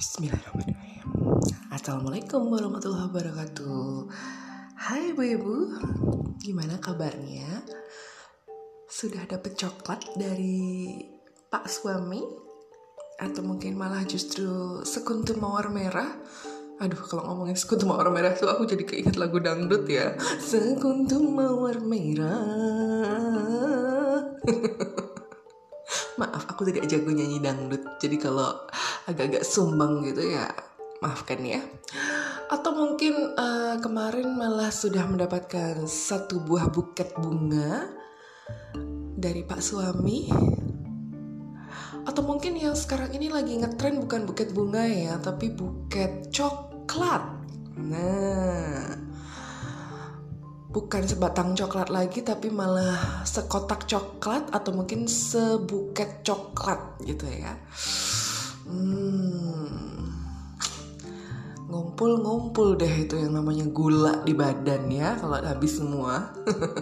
Bismillahirrahmanirrahim. Assalamualaikum warahmatullahi wabarakatuh. Hai ibu-ibu, gimana kabarnya? Sudah dapet coklat dari Pak suami? Atau mungkin malah justru sekuntum mawar merah? Aduh, kalau ngomongin sekuntum mawar merah tuh aku jadi keinget lagu dangdut ya. Sekuntum mawar merah. Maaf, aku tidak jago nyanyi dangdut. Jadi kalau agak-agak sumbang gitu ya, maafkan ya. Atau mungkin kemarin malah sudah mendapatkan satu buah buket bunga dari Pak suami. Atau mungkin yang sekarang ini lagi ngetren bukan buket bunga ya, tapi buket coklat. Nah, bukan sebatang coklat lagi, tapi malah sekotak coklat atau mungkin sebuket coklat gitu ya. Ngumpul-ngumpul deh itu yang namanya gula di badan ya kalau habis semua.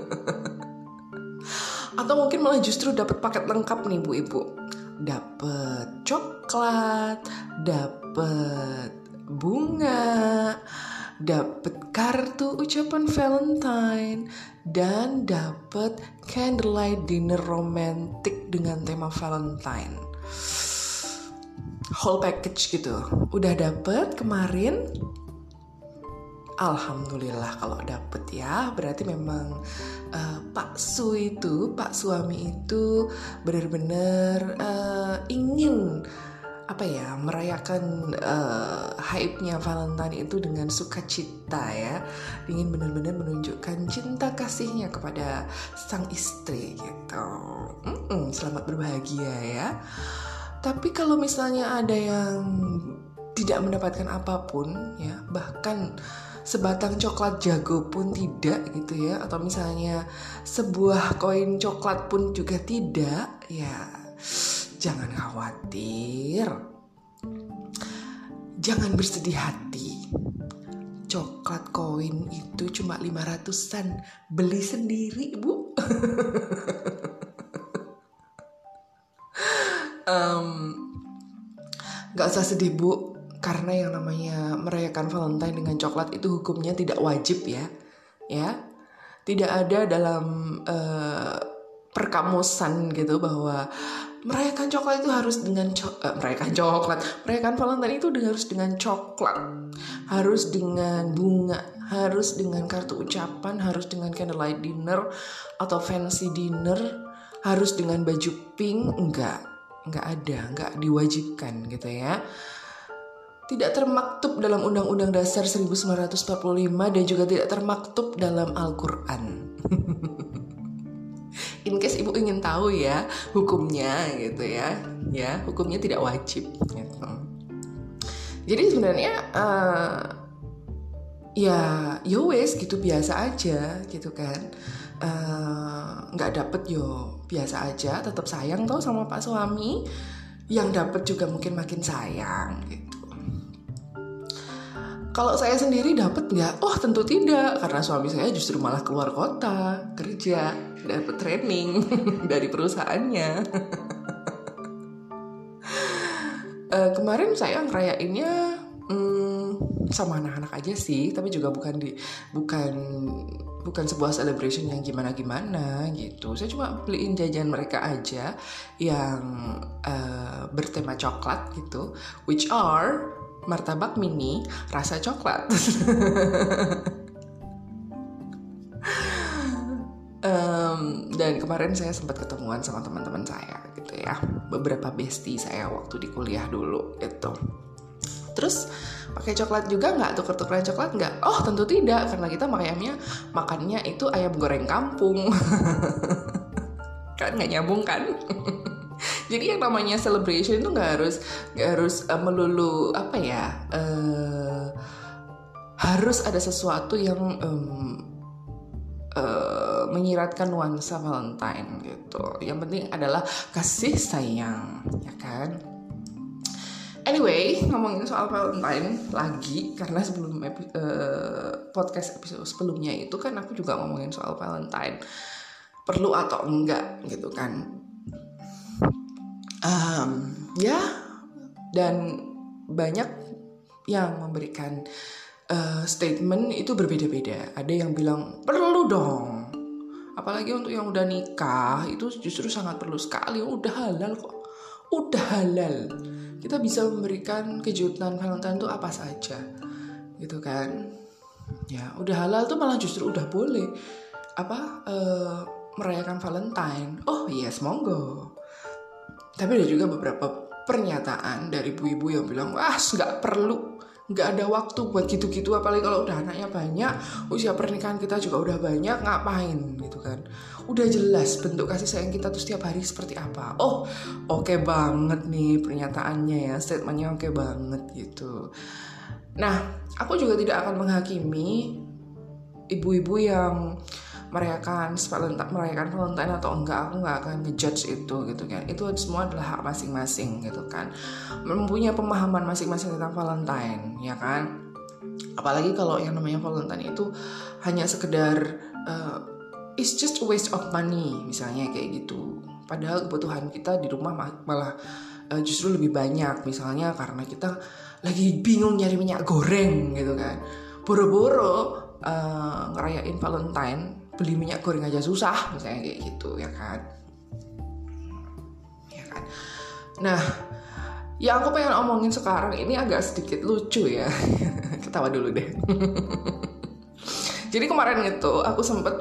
Atau mungkin malah justru dapat paket lengkap nih bu ibu. Dapat coklat, dapat bunga, dapat kartu ucapan Valentine, dan dapat candlelight dinner romantic dengan tema Valentine. Whole package gitu. Udah dapet kemarin. Alhamdulillah kalau dapet ya. Berarti memang Pak suami itu benar-benar ingin merayakan hype-nya Valentine itu dengan sukacita ya. Ingin benar-benar menunjukkan cinta kasihnya kepada sang istri gitu. Selamat berbahagia ya. Tapi kalau misalnya ada yang tidak mendapatkan apapun ya, bahkan sebatang coklat jago pun tidak gitu ya, atau misalnya sebuah koin coklat pun juga tidak, ya jangan khawatir. Jangan bersedih hati. Coklat koin itu cuma 500-an. Beli sendiri, Bu. Gak usah sedih bu, karena yang namanya merayakan Valentine dengan coklat itu hukumnya tidak wajib ya, tidak ada dalam perkamusan gitu bahwa merayakan coklat itu harus dengan merayakan Valentine itu harus dengan coklat, harus dengan bunga, harus dengan kartu ucapan, harus dengan candlelight dinner atau fancy dinner, harus dengan baju pink. Nggak diwajibkan gitu ya. Tidak termaktub dalam Undang-Undang Dasar 1945 dan juga tidak termaktub dalam Al-Quran. In case ibu ingin tahu ya hukumnya gitu ya, hukumnya tidak wajib gitu. Jadi sebenarnya ya wes gitu, biasa aja gitu kan. Nggak dapet biasa aja, tetap sayang toh sama Pak suami. Yang dapet juga mungkin makin sayang gitu. Kalau saya sendiri dapet nggak? Oh tentu tidak, karena suami saya justru malah keluar kota kerja, dapet training dari perusahaannya. Kemarin saya ngerayainnya sama anak-anak aja sih, tapi juga bukan sebuah celebration yang gimana gitu. Saya cuma beliin jajan mereka aja yang bertema coklat gitu, which are martabak mini rasa coklat. Dan kemarin saya sempat ketemuan sama teman-teman saya gitu ya, beberapa bestie saya waktu di kuliah dulu gitu. Terus pakai coklat juga nggak? Tuker-tukeran coklat nggak? Oh tentu tidak, karena kita makannya itu ayam goreng kampung. Kan nggak nyambung kan? Jadi yang namanya celebration itu nggak harus melulu harus ada sesuatu yang menyiratkan nuansa Valentine gitu. Yang penting adalah kasih sayang, ya kan? Anyway, ngomongin soal Valentine lagi, karena sebelum podcast episode sebelumnya itu kan aku juga ngomongin soal Valentine, perlu atau enggak gitu kan. Dan banyak yang memberikan statement itu berbeda-beda. Ada yang bilang perlu dong, apalagi untuk yang udah nikah itu justru sangat perlu sekali. Udah halal kok, udah halal, kita bisa memberikan kejutan Valentine itu apa saja gitu kan. Ya udah halal tuh malah justru udah boleh merayakan Valentine. Oh yes, monggo. Tapi ada juga beberapa pernyataan dari ibu-ibu yang bilang, wah nggak perlu, nggak ada waktu buat gitu-gitu, apalagi kalau udah anaknya banyak, usia pernikahan kita juga udah banyak, ngapain gitu kan. Udah jelas bentuk kasih sayang kita tuh setiap hari seperti apa. Oh oke banget nih pernyataannya ya, statementnya oke banget gitu. Nah aku juga tidak akan menghakimi ibu-ibu yang merayakan Valentine atau enggak. Aku nggak akan ngejudge itu gitu kan. Itu semua adalah hak masing-masing gitu kan, mempunyai pemahaman masing-masing tentang Valentine ya kan. Apalagi kalau yang namanya Valentine itu hanya sekedar it's just a waste of money misalnya kayak gitu, padahal kebutuhan kita di rumah malah justru lebih banyak. Misalnya karena kita lagi bingung nyari minyak goreng gitu kan, boro-boro ngerayain Valentine beli minyak goreng aja susah misalnya kayak gitu ya kan. Nah yang aku pengen omongin sekarang ini agak sedikit lucu ya. Ketawa dulu deh. Jadi kemarin itu aku sempet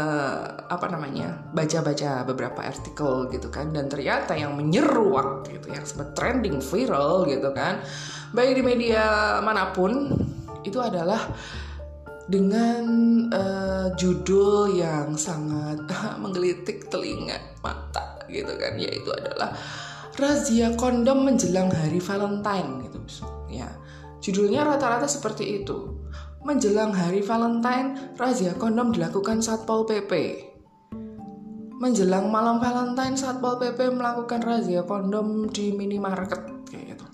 baca-baca beberapa artikel gitu kan, dan ternyata yang menyeruak gitu, yang sempet trending viral gitu kan, baik di media manapun, itu adalah dengan judul yang sangat menggelitik telinga mata gitu kan, yaitu adalah razia kondom menjelang hari Valentine gitu ya. Judulnya rata-rata seperti itu. Menjelang hari Valentine, razia kondom dilakukan Satpol PP. Menjelang malam Valentine, Satpol PP melakukan razia kondom di minimarket kayak gitu.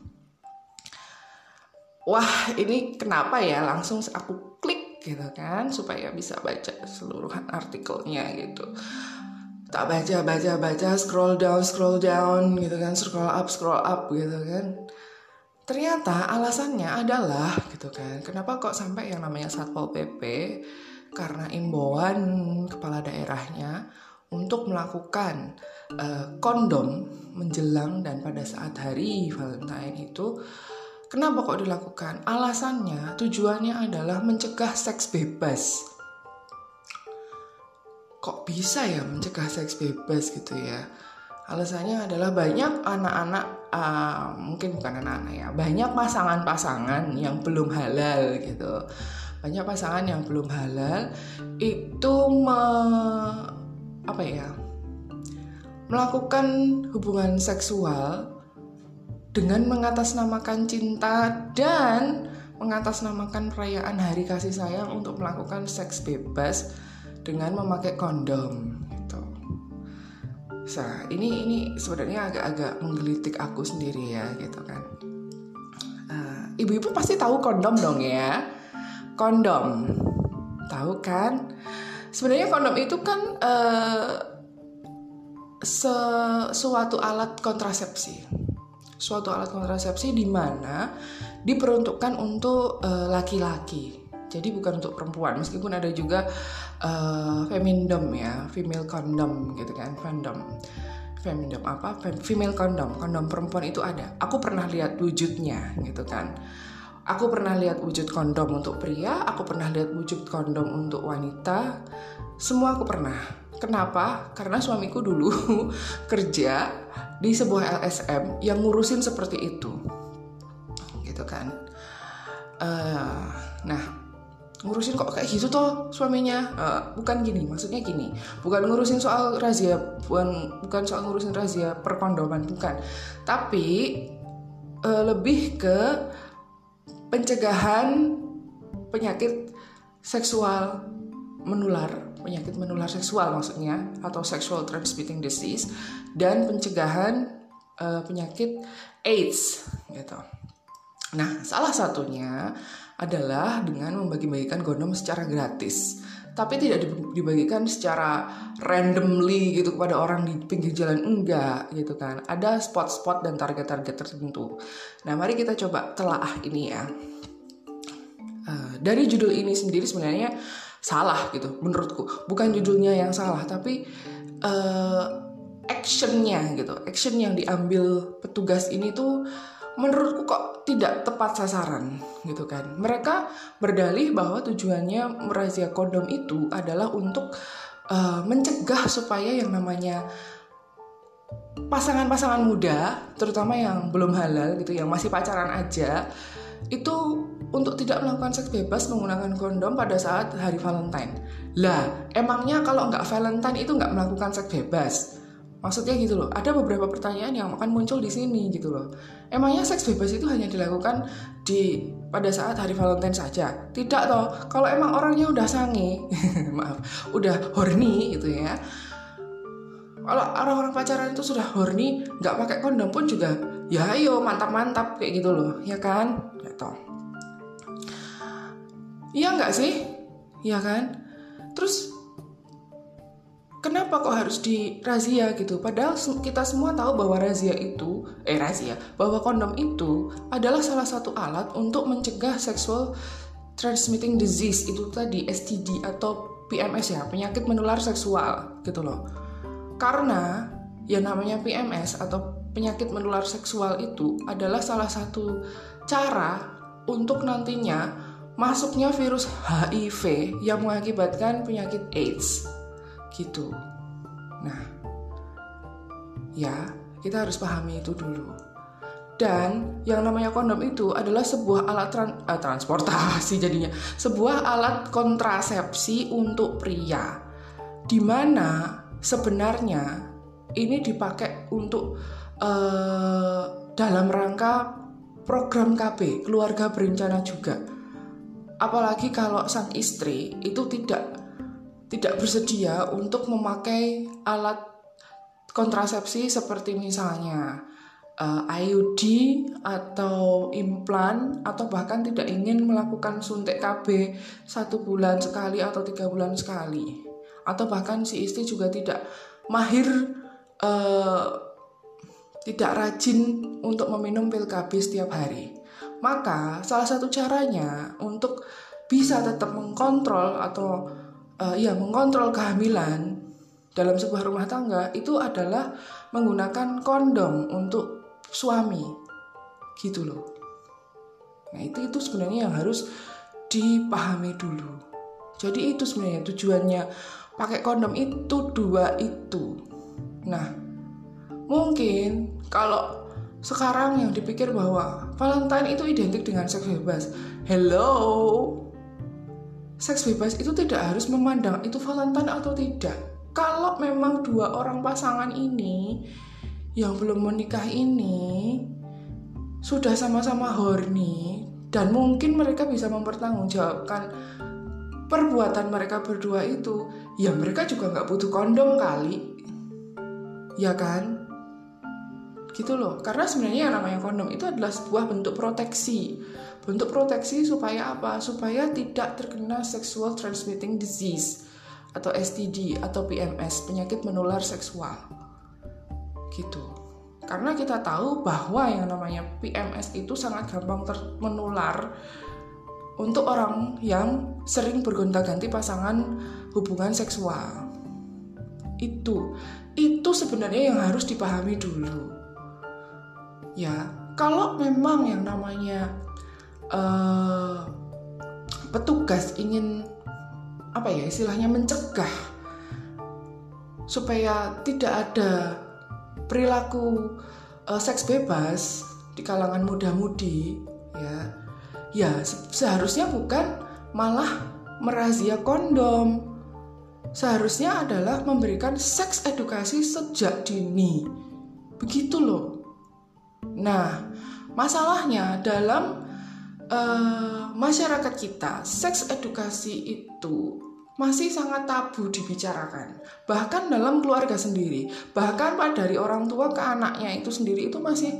Wah, ini kenapa ya? Langsung aku klik gitu kan, supaya bisa baca seluruhan artikelnya gitu. Tak baca, scroll down gitu kan, scroll up gitu kan. Ternyata alasannya adalah gitu kan, kenapa kok sampai yang namanya Satpol PP, karena imbauan kepala daerahnya untuk melakukan kondom menjelang dan pada saat hari Valentine itu. Kenapa kok dilakukan? Alasannya, tujuannya adalah mencegah seks bebas. Kok bisa ya mencegah seks bebas gitu ya? Alasannya adalah banyak anak-anak, mungkin bukan anak-anak ya, banyak pasangan-pasangan yang belum halal gitu. Banyak pasangan yang belum halal itu melakukan hubungan seksual dengan mengatasnamakan cinta dan mengatasnamakan perayaan hari kasih sayang untuk melakukan seks bebas dengan memakai kondom gitu. Nah, ini sebenarnya agak-agak menggelitik aku sendiri ya gitu kan. Ibu-ibu pasti tahu kondom dong ya. Kondom, tahu kan? Sebenarnya kondom itu kan suatu alat kontrasepsi. Suatu alat kontrasepsi di mana diperuntukkan untuk laki-laki. Jadi bukan untuk perempuan, meskipun ada juga femindom ya, female condom gitu kan, female condom, kondom perempuan itu ada. Aku pernah lihat wujudnya gitu kan. Aku pernah lihat wujud kondom untuk pria, aku pernah lihat wujud kondom untuk wanita. Semua aku pernah. Kenapa? Karena suamiku dulu kerja di sebuah LSM yang ngurusin seperti itu, gitu kan. Nah, ngurusin kok kayak gitu toh suaminya? Bukan gini, maksudnya gini, bukan ngurusin soal razia, bukan soal ngurusin razia perkondoman, bukan. Tapi lebih ke pencegahan penyakit seksual menular. Penyakit menular seksual maksudnya, atau sexual transmitting disease, dan pencegahan penyakit AIDS gitu. Nah, salah satunya adalah dengan membagi-bagikan kondom secara gratis. tapi tidak dibagikan secara randomly gitu kepada orang di pinggir jalan, enggak gitu kan. Ada spot-spot dan target-target tertentu. Nah, mari kita coba telaah ini ya. Dari judul ini sendiri sebenarnya salah gitu menurutku. Bukan judulnya yang salah, tapi actionnya gitu. Action yang diambil petugas ini tuh menurutku kok tidak tepat sasaran gitu kan. Mereka berdalih bahwa tujuannya merazia kondom itu adalah untuk mencegah supaya yang namanya pasangan-pasangan muda, terutama yang belum halal gitu, yang masih pacaran aja, itu untuk tidak melakukan seks bebas menggunakan kondom pada saat hari Valentine. Lah, emangnya kalau nggak Valentine itu nggak melakukan seks bebas? Maksudnya gitu loh, ada beberapa pertanyaan yang akan muncul di sini gitu loh. Emangnya seks bebas itu hanya dilakukan pada saat hari Valentine saja? Tidak toh, kalau emang orangnya udah sange, maaf, udah horny gitu ya. Kalau orang-orang pacaran itu sudah horny, nggak pakai kondom pun juga, ya ayo mantap-mantap kayak gitu loh, ya kan? Gitu. Iya nggak sih? Iya kan? Terus kenapa kok harus dirazia gitu? Padahal kita semua tahu bahwa bahwa kondom itu adalah salah satu alat untuk mencegah sexual transmitting disease, itu tadi STD atau PMS ya, penyakit menular seksual gitu loh. Karena yang namanya PMS atau penyakit menular seksual itu adalah salah satu cara untuk nantinya masuknya virus HIV yang mengakibatkan penyakit AIDS. Gitu. Nah, ya kita harus pahami itu dulu. Dan yang namanya kondom itu adalah sebuah alat transportasi jadinya, sebuah alat kontrasepsi untuk pria, di mana sebenarnya ini dipakai untuk dalam rangka program KB, keluarga berencana juga. Apalagi kalau sang istri itu tidak bersedia untuk memakai alat kontrasepsi seperti misalnya IUD atau implan, atau bahkan tidak ingin melakukan suntik KB 1 bulan sekali atau 3 bulan sekali, atau bahkan si istri juga tidak mahir, tidak rajin untuk meminum pil KB setiap hari. Maka salah satu caranya untuk bisa tetap mengkontrol atau mengontrol kehamilan dalam sebuah rumah tangga itu adalah menggunakan kondom untuk suami, gitu loh. Nah itu sebenarnya yang harus dipahami dulu. Jadi itu sebenarnya tujuannya pakai kondom itu dua itu. Nah mungkin kalau sekarang yang dipikir bahwa Valentine itu identik dengan seks bebas, hello, seks bebas itu tidak harus memandang itu Valentine atau tidak. Kalau memang dua orang pasangan ini yang belum menikah ini sudah sama-sama horny dan mungkin mereka bisa mempertanggungjawabkan perbuatan mereka berdua itu, ya mereka juga nggak butuh kondom kali, ya kan? Gitu loh. Karena sebenarnya yang namanya kondom itu adalah sebuah bentuk proteksi. Bentuk proteksi supaya apa? Supaya tidak terkena sexual transmitting disease atau STD atau PMS, penyakit menular seksual. Gitu. Karena kita tahu bahwa yang namanya PMS itu sangat gampang menular untuk orang yang sering bergonta-ganti pasangan hubungan seksual. Itu sebenarnya yang harus dipahami dulu. Ya, kalau memang yang namanya petugas ingin istilahnya mencegah supaya tidak ada perilaku seks bebas di kalangan muda-mudi, ya seharusnya bukan malah merazia kondom. Seharusnya adalah memberikan seks edukasi sejak dini. Begitu loh. Nah, masalahnya dalam masyarakat kita, seks edukasi itu masih sangat tabu dibicarakan. Bahkan dalam keluarga sendiri, bahkan dari orang tua ke anaknya itu sendiri itu masih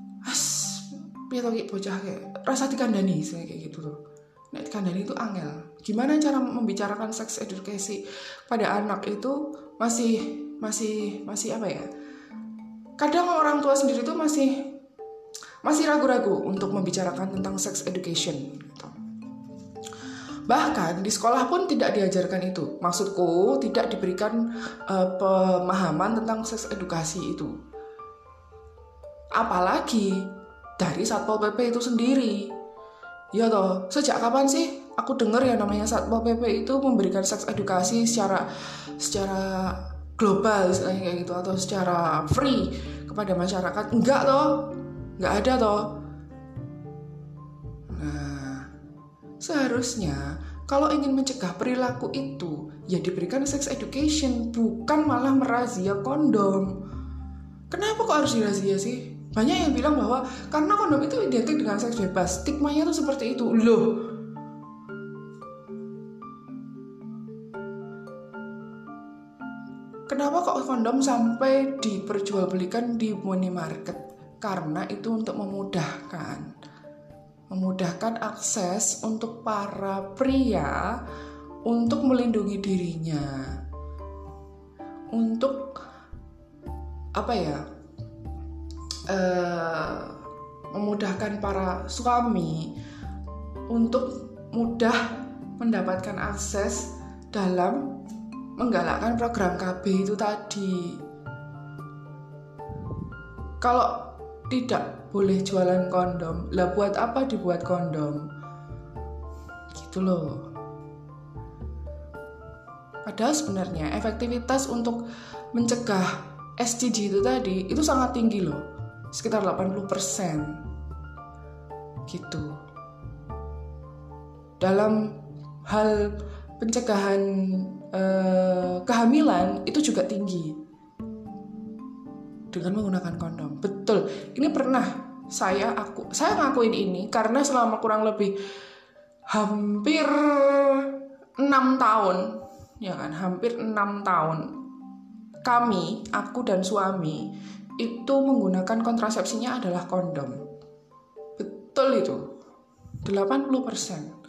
bocah kayak rasa dikandani kayak gitu loh. Nek dikandani itu angel. Gimana cara membicarakan sex education pada anak itu masih apa ya? Kadang orang tua sendiri tuh masih ragu-ragu untuk membicarakan tentang sex education gitu. Bahkan di sekolah pun tidak diajarkan itu. Maksudku tidak diberikan pemahaman tentang seks edukasi itu. Apalagi dari Satpol PP itu sendiri. Ya toh, sejak kapan sih aku dengar ya namanya Satpol PP itu memberikan seks edukasi secara global istilahnya kayak gitu, atau secara free kepada masyarakat? Enggak toh, enggak ada toh. Nah, seharusnya kalau ingin mencegah perilaku itu ya diberikan sex education, bukan malah merazia kondom. Kenapa kok harus dirazia sih? Banyak yang bilang bahwa karena kondom itu identik dengan seks bebas, stigmanya tuh seperti itu. Loh, kenapa kok kondom sampai diperjualbelikan di minimarket? Karena itu untuk memudahkan akses untuk para pria untuk melindungi dirinya, untuk memudahkan para suami untuk mudah mendapatkan akses dalam menggalakkan program KB itu tadi. Kalau tidak boleh jualan kondom, lah buat apa dibuat kondom? Gitu loh. Padahal sebenarnya efektivitas untuk mencegah STD itu tadi itu sangat tinggi loh. Sekitar 80% gitu. Dalam hal pencegahan kehamilan itu juga tinggi dengan menggunakan kondom. Betul, ini pernah saya ngakuin ini karena selama kurang lebih hampir 6 tahun, ya kan, hampir 6 tahun aku dan suami itu menggunakan kontrasepsinya adalah kondom. Betul itu, 80%.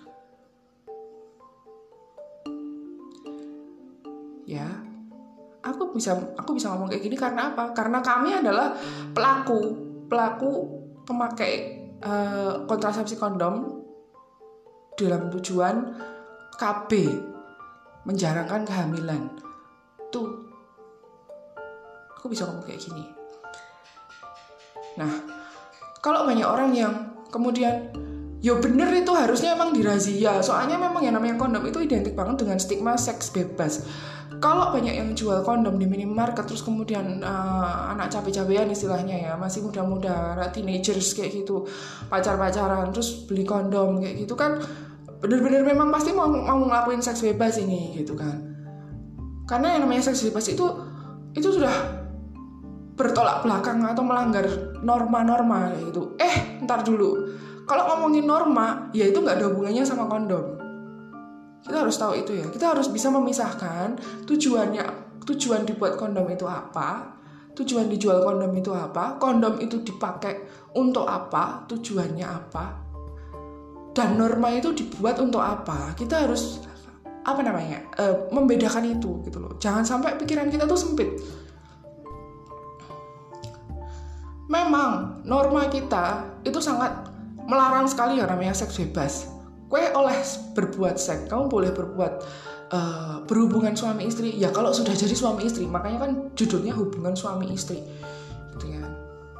Ya, aku bisa ngomong kayak gini karena apa? Karena kami adalah pelaku pemakai kontrasepsi kondom dalam tujuan KB, menjarangkan kehamilan. Tuh, aku bisa ngomong kayak gini. Nah, kalau banyak orang yang kemudian ya bener itu harusnya emang dirazia, soalnya memang yang namanya kondom itu identik banget dengan stigma seks bebas. Kalau banyak yang jual kondom di minimarket, terus kemudian anak cabe-cabean istilahnya ya, masih muda-muda, anak teenagers kayak gitu, pacar-pacaran, terus beli kondom kayak gitu kan, bener-bener memang pasti mau ngelakuin seks bebas ini gitu kan. Karena yang namanya seks bebas itu sudah bertolak belakang atau melanggar norma-norma kayak gitu. Ntar dulu, kalau ngomongin norma, ya itu nggak ada hubungannya sama kondom. Kita harus tahu itu ya. Kita harus bisa memisahkan tujuan dibuat kondom itu apa, tujuan dijual kondom itu apa, kondom itu dipakai untuk apa, tujuannya apa, dan norma itu dibuat untuk apa. Kita harus membedakan itu gitu loh. Jangan sampai pikiran kita tuh sempit. Memang norma kita itu sangat melarang sekali ya namanya seks bebas. Kue oleh berbuat seks, kamu boleh berbuat berhubungan suami istri. Ya kalau sudah jadi suami istri, makanya kan judulnya hubungan suami istri, gitu kan.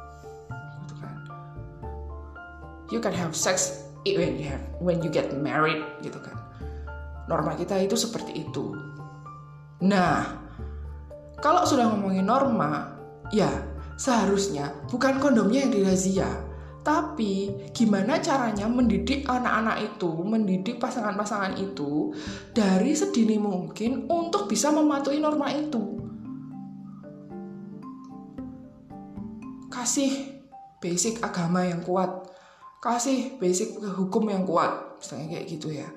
You can have sex when you get married, gitu kan. Norma kita itu seperti itu. Nah, kalau sudah ngomongin norma, ya seharusnya bukan kondomnya yang dirazia, tapi gimana caranya mendidik anak-anak itu, mendidik pasangan-pasangan itu dari sedini mungkin untuk bisa mematuhi norma itu. Kasih basic agama yang kuat, kasih basic hukum yang kuat, misalnya kayak gitu ya.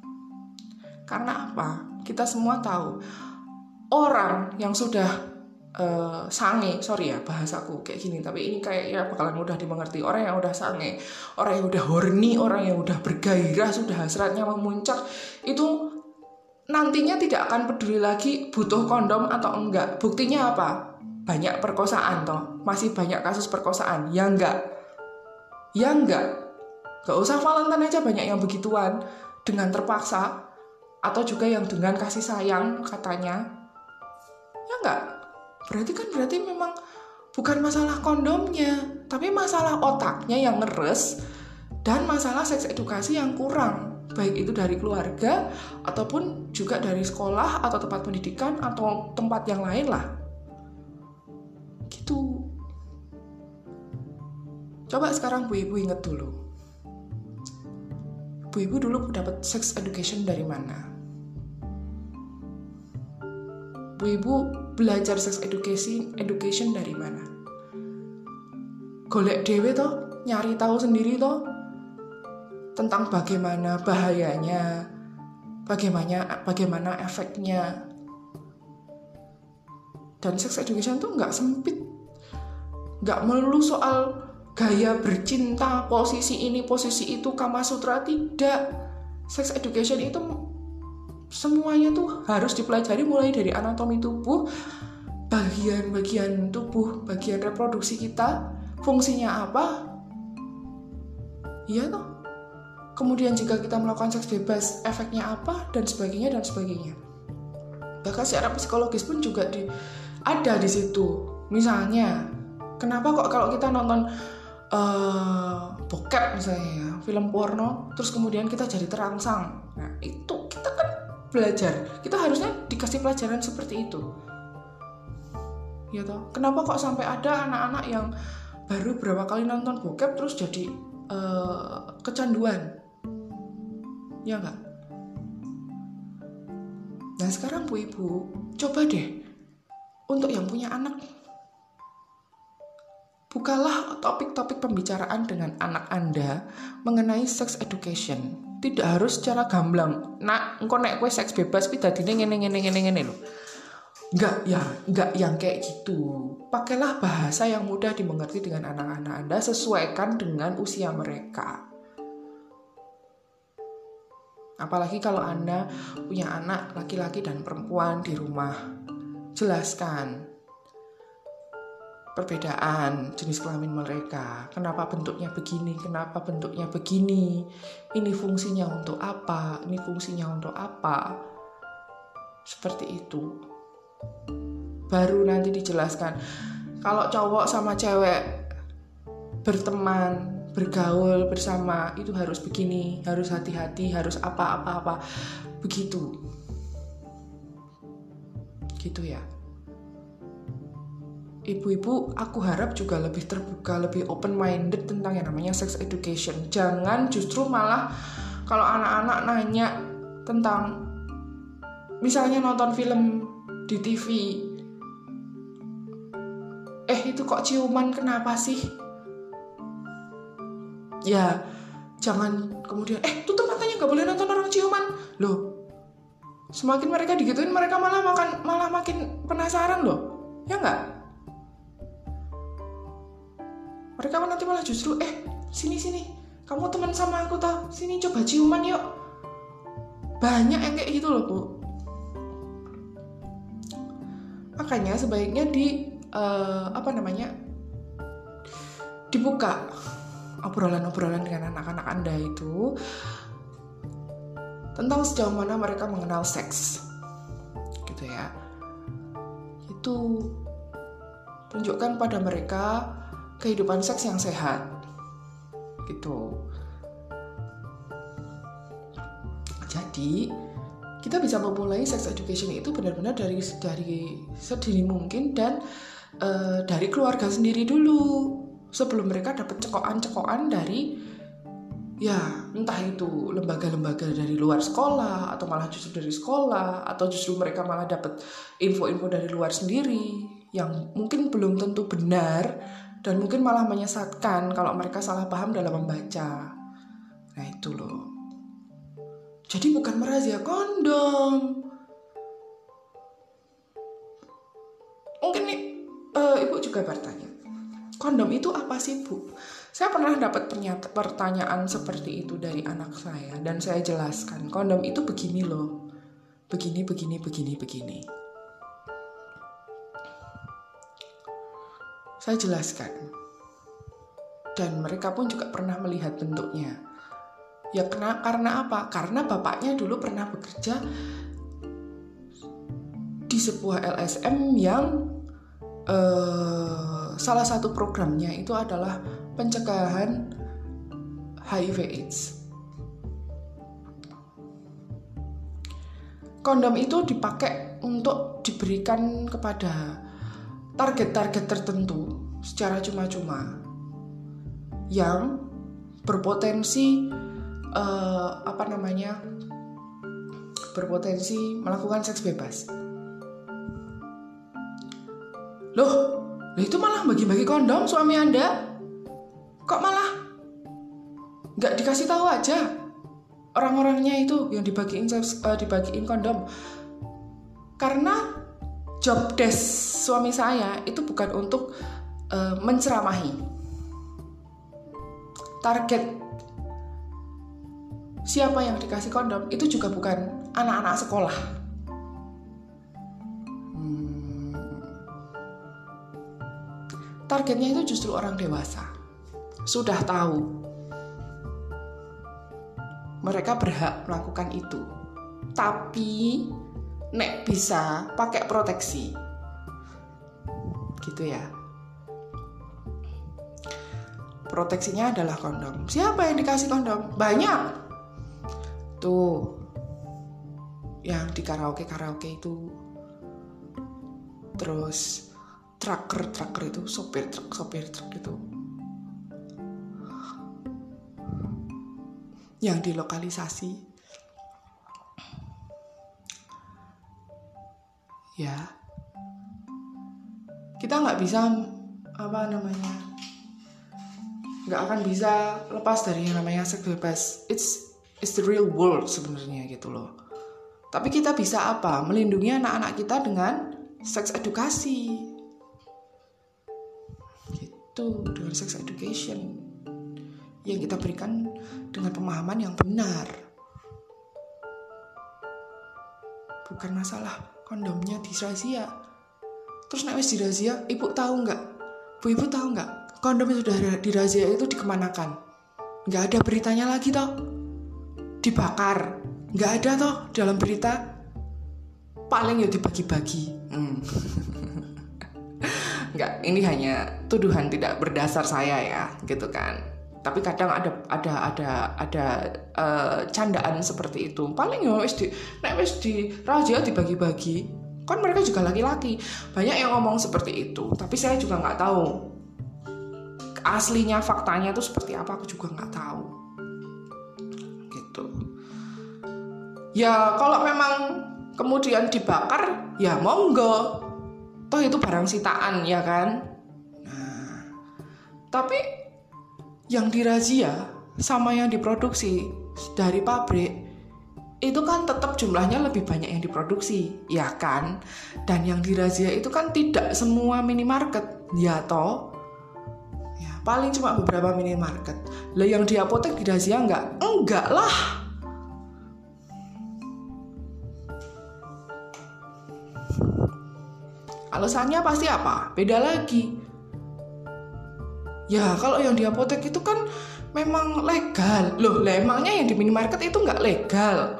Karena apa? Kita semua tahu orang yang sudah sange, sorry ya bahasaku kayak gini, tapi ini kayaknya bakalan mudah dimengerti. Orang yang udah sange, orang yang udah horny, orang yang udah bergairah, sudah hasratnya memuncak, itu nantinya tidak akan peduli lagi butuh kondom atau enggak. Buktinya apa? Banyak perkosaan toh, masih banyak kasus perkosaan. Ya enggak? Gak usah Valentine aja banyak yang begituan dengan terpaksa, atau juga yang dengan kasih sayang katanya. Ya enggak? Berarti memang bukan masalah kondomnya, tapi masalah otaknya yang ngeres dan masalah seks edukasi yang kurang, baik itu dari keluarga ataupun juga dari sekolah atau tempat pendidikan atau tempat yang lain lah. Gitu. Coba sekarang Bu Ibu inget dulu. Bu Ibu dulu dapat sex education dari mana? Bu Ibu belajar sex education dari mana? Golek dewe toh, nyari tahu sendiri toh tentang bagaimana bahayanya, bagaimana efeknya. Dan sex education tuh nggak sempit, nggak melulu soal gaya bercinta, posisi ini, posisi itu, Kama Sutra, tidak. Sex education itu semuanya tuh harus dipelajari mulai dari anatomi tubuh, bagian-bagian tubuh, bagian reproduksi kita, fungsinya apa, iya toh. Kemudian jika kita melakukan seks bebas, efeknya apa, dan sebagainya dan sebagainya. Bahkan secara psikologis pun juga ada di situ. Misalnya, kenapa kok kalau kita nonton bokep misalnya ya, film porno, terus kemudian kita jadi terangsang. Nah itu kita kan belajar, kita harusnya dikasih pelajaran seperti itu, ya toh. Kenapa kok sampai ada anak-anak yang baru berapa kali nonton bokep terus jadi kecanduan, ya enggak? Nah sekarang Bu Ibu coba deh untuk yang punya anak, bukalah topik-topik pembicaraan dengan anak Anda mengenai sex education. Tidak harus secara gamblang. Nak, engko nek kowe seks bebas kuwi dadine ngene lho. Enggak yang kayak gitu. Pakailah bahasa yang mudah dimengerti dengan anak-anak Anda, sesuaikan dengan usia mereka. Apalagi kalau Anda punya anak laki-laki dan perempuan di rumah. Jelaskan perbedaan jenis kelamin mereka, kenapa bentuknya begini, kenapa bentuknya begini, ini fungsinya untuk apa, ini fungsinya untuk apa, seperti itu. Baru nanti dijelaskan, kalau cowok sama cewek berteman, bergaul bersama, itu harus begini, harus hati-hati, harus apa-apa-apa, begitu. Gitu ya. Ibu-ibu, aku harap juga lebih terbuka, lebih open-minded tentang yang namanya sex education. Jangan justru malah kalau anak-anak nanya tentang misalnya nonton film di TV, itu kok ciuman, kenapa sih? Ya, jangan kemudian tutup matanya, gak boleh nonton orang ciuman. Loh, semakin mereka digituin, mereka malah makin penasaran loh, ya nggak? Mereka nanti malah justru sini kamu teman sama aku tau, sini coba ciuman yuk. Banyak yang kayak gitu loh Bu. Makanya sebaiknya dibuka obrolan-obrolan dengan anak-anak Anda itu tentang sejauh mana mereka mengenal seks, gitu ya. Itu tunjukkan pada mereka kehidupan seks yang sehat, gitu. Jadi kita bisa memulai sex education itu benar-benar dari sedini mungkin dan dari keluarga sendiri dulu, sebelum mereka dapat cekokan dari ya entah itu lembaga-lembaga dari luar sekolah atau malah justru dari sekolah, atau justru mereka malah dapat info-info dari luar sendiri yang mungkin belum tentu benar dan mungkin malah menyesatkan kalau mereka salah paham dalam membaca. Nah itu loh. Jadi bukan merazia kondom. Mungkin nih ibu juga bertanya, kondom itu apa sih Bu? Saya pernah dapat pertanyaan seperti itu dari anak saya, dan saya jelaskan, kondom itu begini loh, begini. Saya jelaskan, dan mereka pun juga pernah melihat bentuknya. Ya karena apa? Karena bapaknya dulu pernah bekerja di sebuah LSM yang salah satu programnya itu adalah pencegahan HIV/AIDS. Kondom itu dipakai untuk diberikan kepada target-target tertentu secara cuma-cuma yang berpotensi berpotensi melakukan seks bebas. Loh, itu malah bagi-bagi kondom suami Anda? Kok malah nggak dikasih tahu aja orang-orangnya itu yang dibagiin kondom? Karena job desk suami saya itu bukan untuk menceramahi. Target siapa yang dikasih kondom itu juga bukan anak-anak sekolah. Targetnya itu justru orang dewasa. Sudah tahu mereka berhak melakukan itu, tapi nek bisa pakai proteksi, gitu ya. Proteksinya adalah kondom. Siapa yang dikasih kondom? Banyak. Tuh, yang di karaoke itu, terus trucker itu, sopir truk itu, yang dilokalisasi, ya kita nggak bisa nggak akan bisa lepas dari yang namanya seks bebas. It's the real world sebenarnya gitu loh. Tapi kita bisa apa? Melindungi anak-anak kita dengan sex edukasi. Gitu, dengan sex education yang kita berikan dengan pemahaman yang benar. Bukan masalah kondomnya dirazia. Terus nek wis dirazia, ibu tahu nggak? Ibu tahu nggak? Kondom yang sudah dirazia itu dikemanakan? Nggak ada beritanya lagi toh. Dibakar. Nggak ada toh dalam berita. Paling ya dibagi-bagi. Nggak, ini hanya tuduhan tidak berdasar saya ya, gitu kan. Tapi kadang ada candaan seperti itu. Paling ya wis di razia dibagi-bagi. Kan mereka juga laki-laki. Banyak yang ngomong seperti itu. Tapi saya juga nggak tahu aslinya, faktanya itu seperti apa. Aku juga nggak tahu. Gitu. Ya kalau memang kemudian dibakar, ya monggo. Toh itu barang sitaan ya kan. Nah, tapi yang dirazia sama yang diproduksi dari pabrik itu kan tetap jumlahnya lebih banyak yang diproduksi, ya kan? Dan yang dirazia itu kan tidak semua minimarket, ya toh? Ya, paling cuma beberapa minimarket. Lah yang di apotek dirazia enggak? Enggak lah. Alasannya pasti apa? Beda lagi. Ya kalau yang di apotek itu kan memang legal. Loh, emangnya yang di minimarket itu nggak legal?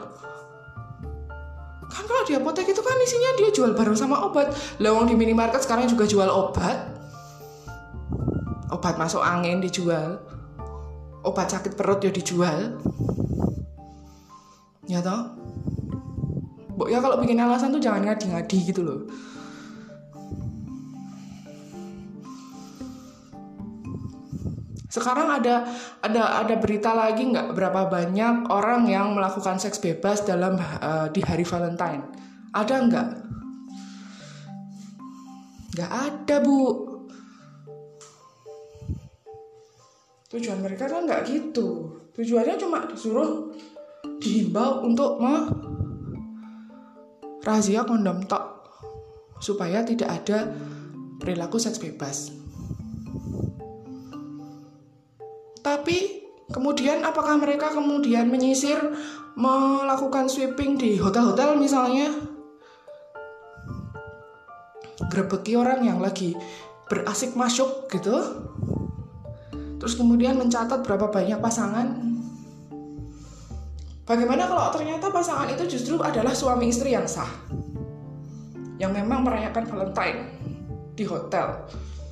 Kan kalau di apotek itu kan isinya dia jual bareng sama obat. Lah yang di minimarket sekarang juga jual obat. Obat masuk angin dijual. Obat sakit perut ya dijual. Ya toh? Ya kalau bikin alasan tuh jangan ngadi-ngadi gitu loh. Sekarang ada berita lagi nggak berapa banyak orang yang melakukan seks bebas di hari Valentine? Ada nggak? Nggak ada, Bu. Tujuan mereka kan nggak gitu. Tujuannya cuma dihimbau untuk razia kondom tok. supaya tidak ada perilaku seks bebas. Tapi kemudian apakah mereka kemudian menyisir, melakukan sweeping di hotel-hotel misalnya, grebeki orang yang lagi berasik masuk gitu, terus kemudian mencatat berapa banyak pasangan? Bagaimana kalau ternyata pasangan itu justru adalah suami istri yang sah, yang memang merayakan Valentine di hotel?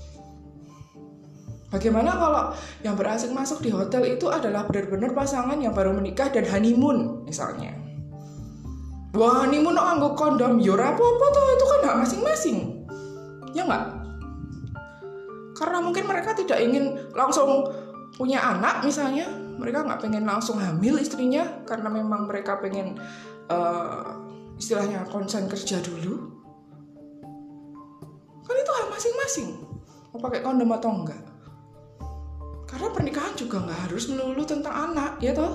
Bagaimana kalau yang berasik masuk di hotel itu adalah benar-benar pasangan yang baru menikah dan honeymoon misalnya? Wah, honeymoon nganggo kondom, ya ora apa-apa toh, itu kan hak masing-masing. Ya enggak? Karena mungkin mereka tidak ingin langsung punya anak misalnya, mereka nggak pengen langsung hamil istrinya karena memang mereka pengen istilahnya konsen kerja dulu. Kan itu hak masing-masing, mau pakai kondom atau enggak. Karena pernikahan juga nggak harus melulu tentang anak, ya toh.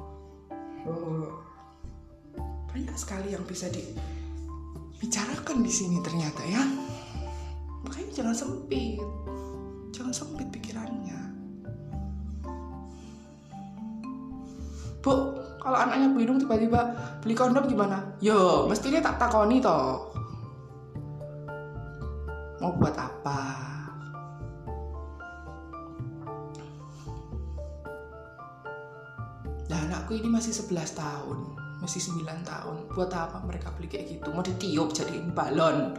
Banyak sekali yang bisa dibicarakan di sini ternyata ya. Makanya jangan sempit pikirannya. Bu, kalau anaknya Bu Inung tiba-tiba beli kondom gimana? Yo, mestinya tak takoni toh. Mau buat apa? Nah, anakku ini masih 11 tahun, masih 9 tahun. Buat apa mereka beli kayak gitu? Mau ditiup jadiin balon.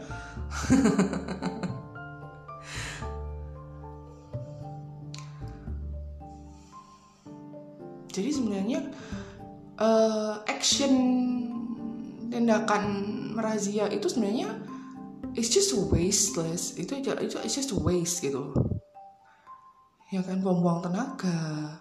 Jadi sebenarnya action tindakan merazia itu sebenarnya it's just wasteless. Itu it's just waste gitu. Ya kan, buang-buang tenaga.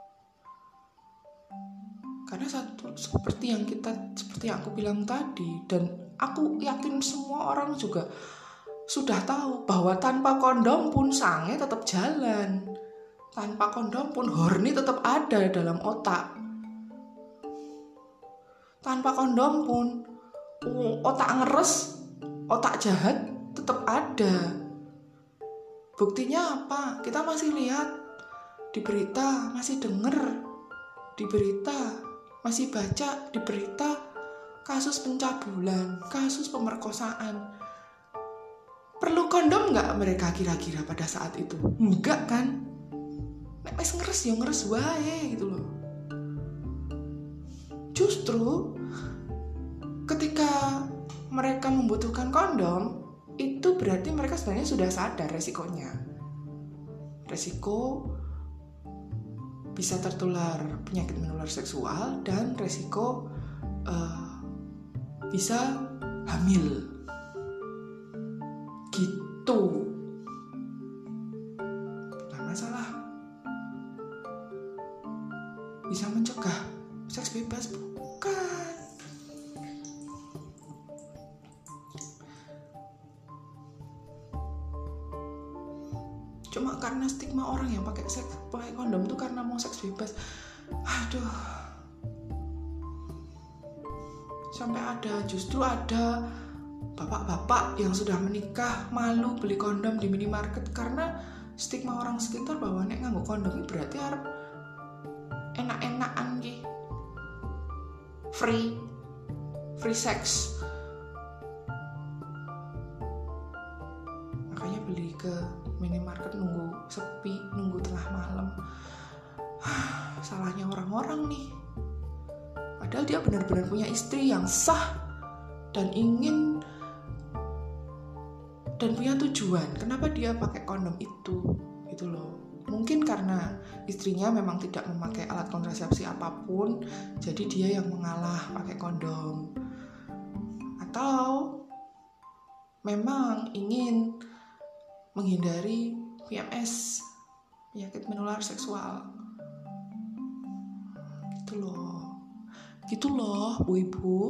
Karena seperti yang aku bilang tadi, dan aku yakin semua orang juga sudah tahu bahwa tanpa kondom pun sange tetap jalan. Tanpa kondom pun horny tetap ada dalam otak. Tanpa kondom pun otak ngeres, otak jahat tetap ada. Buktinya apa? Kita masih lihat di berita, masih denger di berita, masih baca di berita kasus pencabulan, kasus pemerkosaan. Perlu kondom nggak mereka kira-kira pada saat itu? Enggak kan? Nek wis ngeres ya ngeres wae gitu loh. Justru ketika mereka membutuhkan kondom, itu berarti mereka sebenarnya sudah sadar resikonya. Resiko bisa tertular penyakit menular seksual dan resiko bisa hamil. Gitu. Nah, masalah bisa mencegah seks bebas, bukan. Cuma karena stigma orang yang pakai kondom itu karena mau seks bebas. Aduh. Sampai justru ada bapak-bapak yang sudah menikah malu beli kondom di minimarket karena stigma orang sekitar bahwa nek nganggo kondom itu berarti harap enak-enakan ki. Free sex. Makanya beli ke minimarket nunggu sepi, nunggu tengah malam. Salahnya orang-orang nih. Padahal dia benar-benar punya istri yang sah dan ingin dan punya tujuan. Kenapa dia pakai kondom itu? Gitu loh. Mungkin karena istrinya memang tidak memakai alat kontrasepsi apapun, jadi dia yang mengalah pakai kondom. Atau memang ingin menghindari PMS, penyakit menular seksual. Gitu loh, Bu Ibu.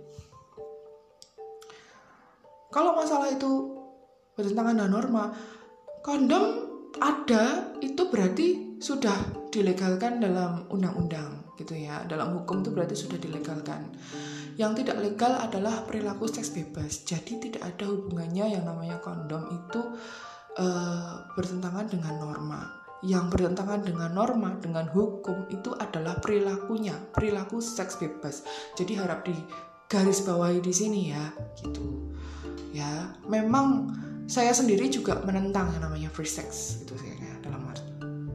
Kalau masalah itu bertentangan dengan norma, kondom ada itu berarti sudah dilegalkan dalam undang-undang gitu ya. Dalam hukum itu berarti sudah dilegalkan. Yang tidak legal adalah perilaku seks bebas. Jadi tidak ada hubungannya yang namanya kondom itu bertentangan dengan norma. Yang bertentangan dengan norma, dengan hukum itu adalah perilakunya, perilaku seks bebas. Jadi harap di garis bawahi di sini ya, gitu. Ya, memang saya sendiri juga menentang yang namanya free sex itu sih ya, dalam arti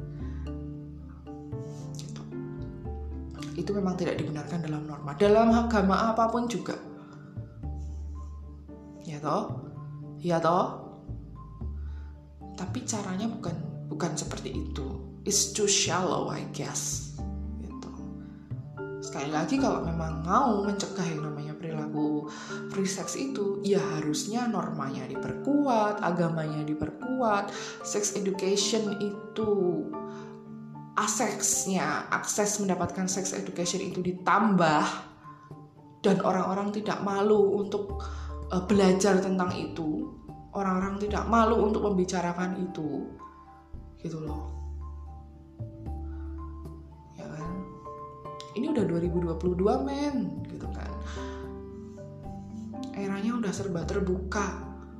gitu. Itu memang tidak dibenarkan dalam norma, dalam agama apapun juga. Ya toh. Tapi caranya bukan seperti itu. It's too shallow, I guess. Gitu. Sekali lagi, kalau memang mau mencegah yang namanya perilaku free sex itu, ya harusnya normanya diperkuat, agamanya diperkuat, sex education itu akses mendapatkan sex education itu ditambah, dan orang-orang tidak malu untuk belajar tentang itu. Orang-orang tidak malu untuk membicarakan itu, gitu loh, ya kan? Ini udah 2022 men, gitu kan? Eranya udah serba terbuka,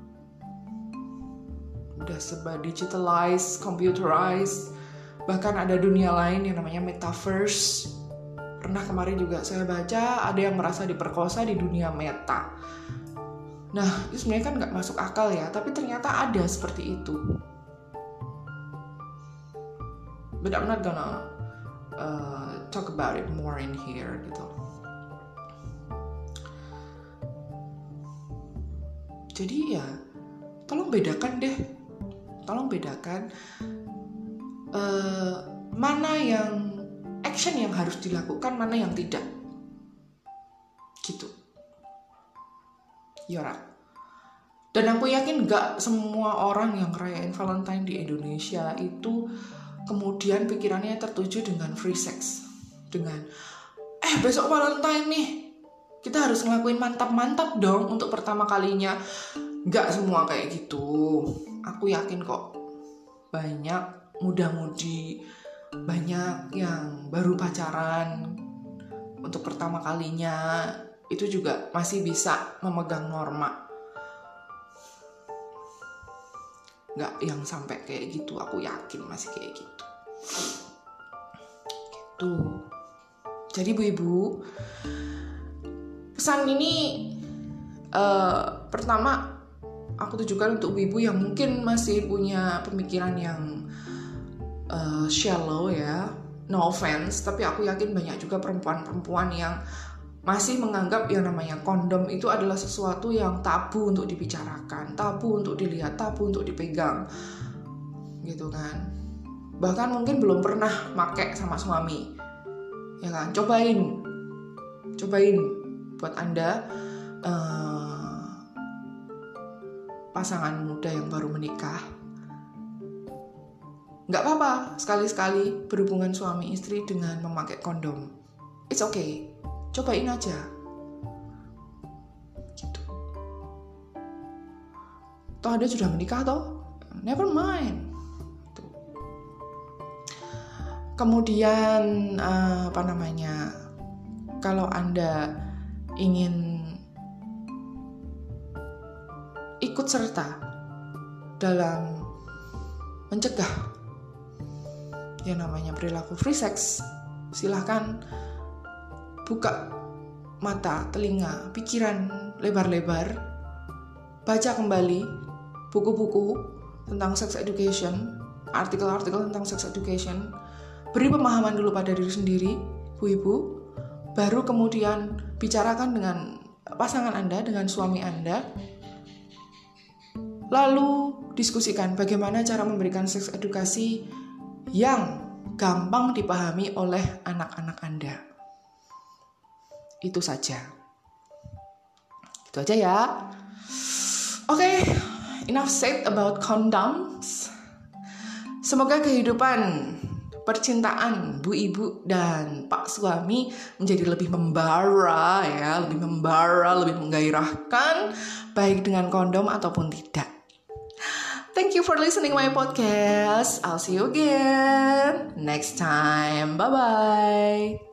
udah serba digitalized, computerized, bahkan ada dunia lain yang namanya metaverse. Pernah kemarin juga saya baca ada yang merasa diperkosa di dunia meta. Nah, itu sebenarnya kan nggak masuk akal ya, tapi ternyata ada seperti itu. But I'm not gonna talk about it more in here, gitu. Jadi ya, tolong bedakan mana yang action yang harus dilakukan, mana yang tidak, gitu. Yora. Dan aku yakin gak semua orang yang ngerayain Valentine di Indonesia itu kemudian pikirannya tertuju dengan free sex. Dengan besok Valentine nih, kita harus ngelakuin mantap-mantap dong untuk pertama kalinya. Gak semua kayak gitu. Aku yakin kok banyak muda-mudi, banyak yang baru pacaran untuk pertama kalinya, itu juga masih bisa memegang norma. Nggak yang sampai kayak gitu, aku yakin masih kayak gitu. Gitu. Jadi ibu-ibu, pesan ini pertama aku tujukan untuk ibu yang mungkin masih punya pemikiran yang shallow ya, no offense, tapi aku yakin banyak juga perempuan-perempuan yang masih menganggap yang namanya kondom itu adalah sesuatu yang tabu untuk dibicarakan, tabu untuk dilihat, tabu untuk dipegang, gitu kan. Bahkan mungkin belum pernah pakai sama suami, ya kan. Cobain buat Anda pasangan muda yang baru menikah, nggak apa-apa sekali-sekali berhubungan suami istri dengan memakai kondom. It's okay. Cobain aja. Gitu. Toh Anda sudah menikah toh? Never mind. Gitu. Kemudian kalau Anda ingin ikut serta dalam mencegah yang namanya perilaku free sex, silahkan buka mata, telinga, pikiran lebar-lebar, baca kembali buku-buku tentang sex education, artikel-artikel tentang sex education, beri pemahaman dulu pada diri sendiri, ibu-ibu, baru kemudian bicarakan dengan pasangan Anda, dengan suami Anda, lalu diskusikan bagaimana cara memberikan sex edukasi yang gampang dipahami oleh anak-anak Anda. Itu saja. Itu aja ya. Oke, enough said about condoms. Semoga kehidupan percintaan bu ibu dan pak suami menjadi lebih membara ya, lebih menggairahkan, baik dengan kondom ataupun tidak. Thank you for listening my podcast. I'll see you again next time. Bye-bye.